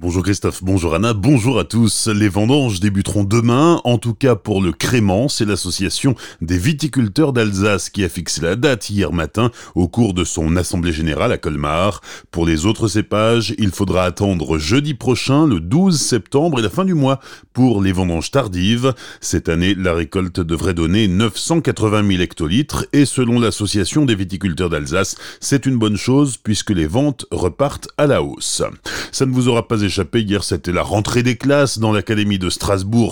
Bonjour Christophe, bonjour Anna, bonjour à tous. Les vendanges débuteront demain, en tout cas pour le crément. C'est l'association des viticulteurs d'Alsace qui a fixé la date hier matin au cours de son assemblée générale à Colmar. Pour les autres cépages, il faudra attendre jeudi prochain, le 12 septembre et la fin du mois pour les vendanges tardives. Cette année, la récolte devrait donner 980 000 hectolitres et selon l'association des viticulteurs d'Alsace, c'est une bonne chose puisque les ventes repartent à la hausse. Ça ne vous aura pas échappé, hier c'était la rentrée des classes dans l'académie de Strasbourg.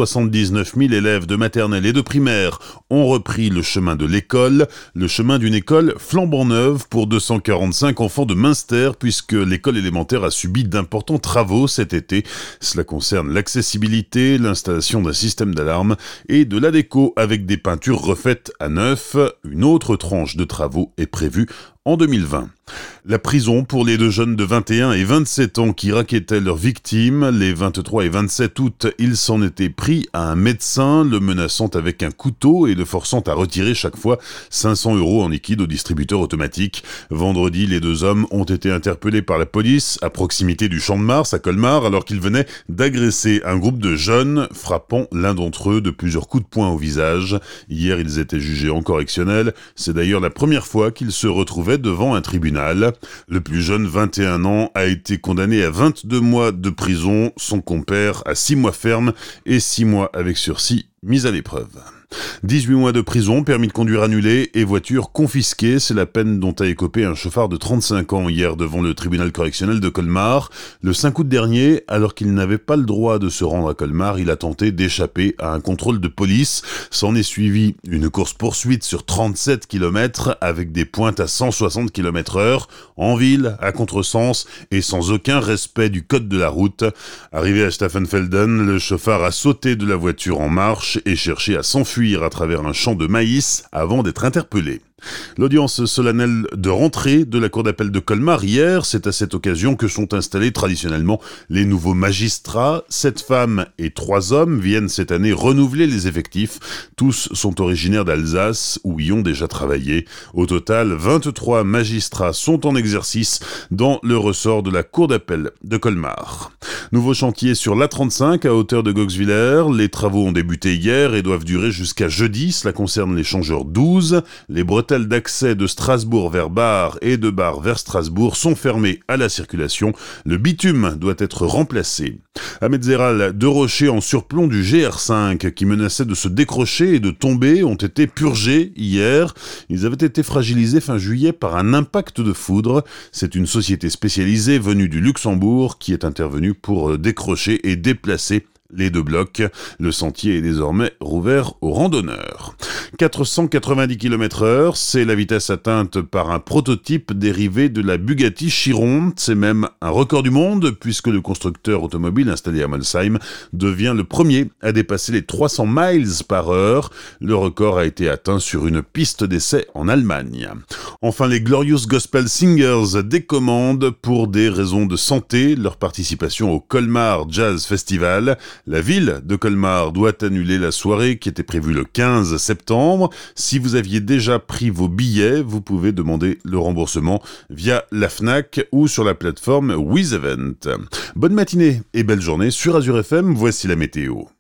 179 000 élèves de maternelle et de primaire ont repris le chemin de l'école, le chemin d'une école flambant neuve pour 245 enfants de Münster puisque l'école élémentaire a subi d'importants travaux cet été. Cela concerne l'accessibilité, l'installation d'un système d'alarme et de la déco avec des peintures refaites à neuf. Une autre tranche de travaux est prévue en 2020. La prison pour les deux jeunes de 21 et 27 ans qui raquettaient leurs victimes. Les 23 et 27 août, ils s'en étaient pris à un médecin, le menaçant avec un couteau et le forçant à retirer chaque fois 500 € en liquide au distributeur automatique. Vendredi, les deux hommes ont été interpellés par la police à proximité du Champ de Mars à Colmar alors qu'ils venaient d'agresser un groupe de jeunes, frappant l'un d'entre eux de plusieurs coups de poing au visage. Hier, ils étaient jugés en correctionnel. C'est d'ailleurs la première fois qu'ils se retrouvaient devant un tribunal. Le plus jeune, 21 ans, a été condamné à 22 mois de prison, son compère à 6 mois ferme et 6 mois avec sursis mis à l'épreuve. 18 mois de prison, permis de conduire annulé et voiture confisquée, c'est la peine dont a écopé un chauffard de 35 ans hier devant le tribunal correctionnel de Colmar. Le 5 août dernier, alors qu'il n'avait pas le droit de se rendre à Colmar, il a tenté d'échapper à un contrôle de police. S'en est suivi une course-poursuite sur 37 km avec des pointes à 160 km/h, en ville, à contresens et sans aucun respect du code de la route. Arrivé à Staffenfelden, le chauffard a sauté de la voiture en marche et cherché à s'enfuir à travers un champ de maïs avant d'être interpellé. L'audience solennelle de rentrée de la cour d'appel de Colmar hier, c'est à cette occasion que sont installés traditionnellement les nouveaux magistrats. 7 femmes et 3 hommes viennent cette année renouveler les effectifs. Tous sont originaires d'Alsace ou y ont déjà travaillé. Au total, 23 magistrats sont en exercice dans le ressort de la cour d'appel de Colmar. Nouveau chantier sur l'A35 à hauteur de Goxwiller. Les travaux ont débuté hier et doivent durer jusqu'à jeudi. Cela concerne l'échangeur 12. Les bretelles d'accès de Strasbourg vers Bar et de Bar vers Strasbourg sont fermées à la circulation. Le bitume doit être remplacé. À Metzeral, 2 rochers en surplomb du GR5 qui menaçaient de se décrocher et de tomber ont été purgés hier. Ils avaient été fragilisés fin juillet par un impact de foudre. C'est une société spécialisée venue du Luxembourg qui est intervenue pour décrocher et déplacer les 2 blocs. Le sentier est désormais rouvert aux randonneurs. 490 km/h, c'est la vitesse atteinte par un prototype dérivé de la Bugatti Chiron. C'est même un record du monde puisque le constructeur automobile installé à Molsheim devient le premier à dépasser les 300 miles par heure. Le record a été atteint sur une piste d'essai en Allemagne. Enfin, les Glorious Gospel Singers décommandent pour des raisons de santé leur participation au Colmar Jazz Festival. La ville de Colmar doit annuler la soirée qui était prévue le 15 septembre. Si vous aviez déjà pris vos billets, vous pouvez demander le remboursement via la Fnac ou sur la plateforme WizEvent. Bonne matinée et belle journée sur Azure FM, voici la météo.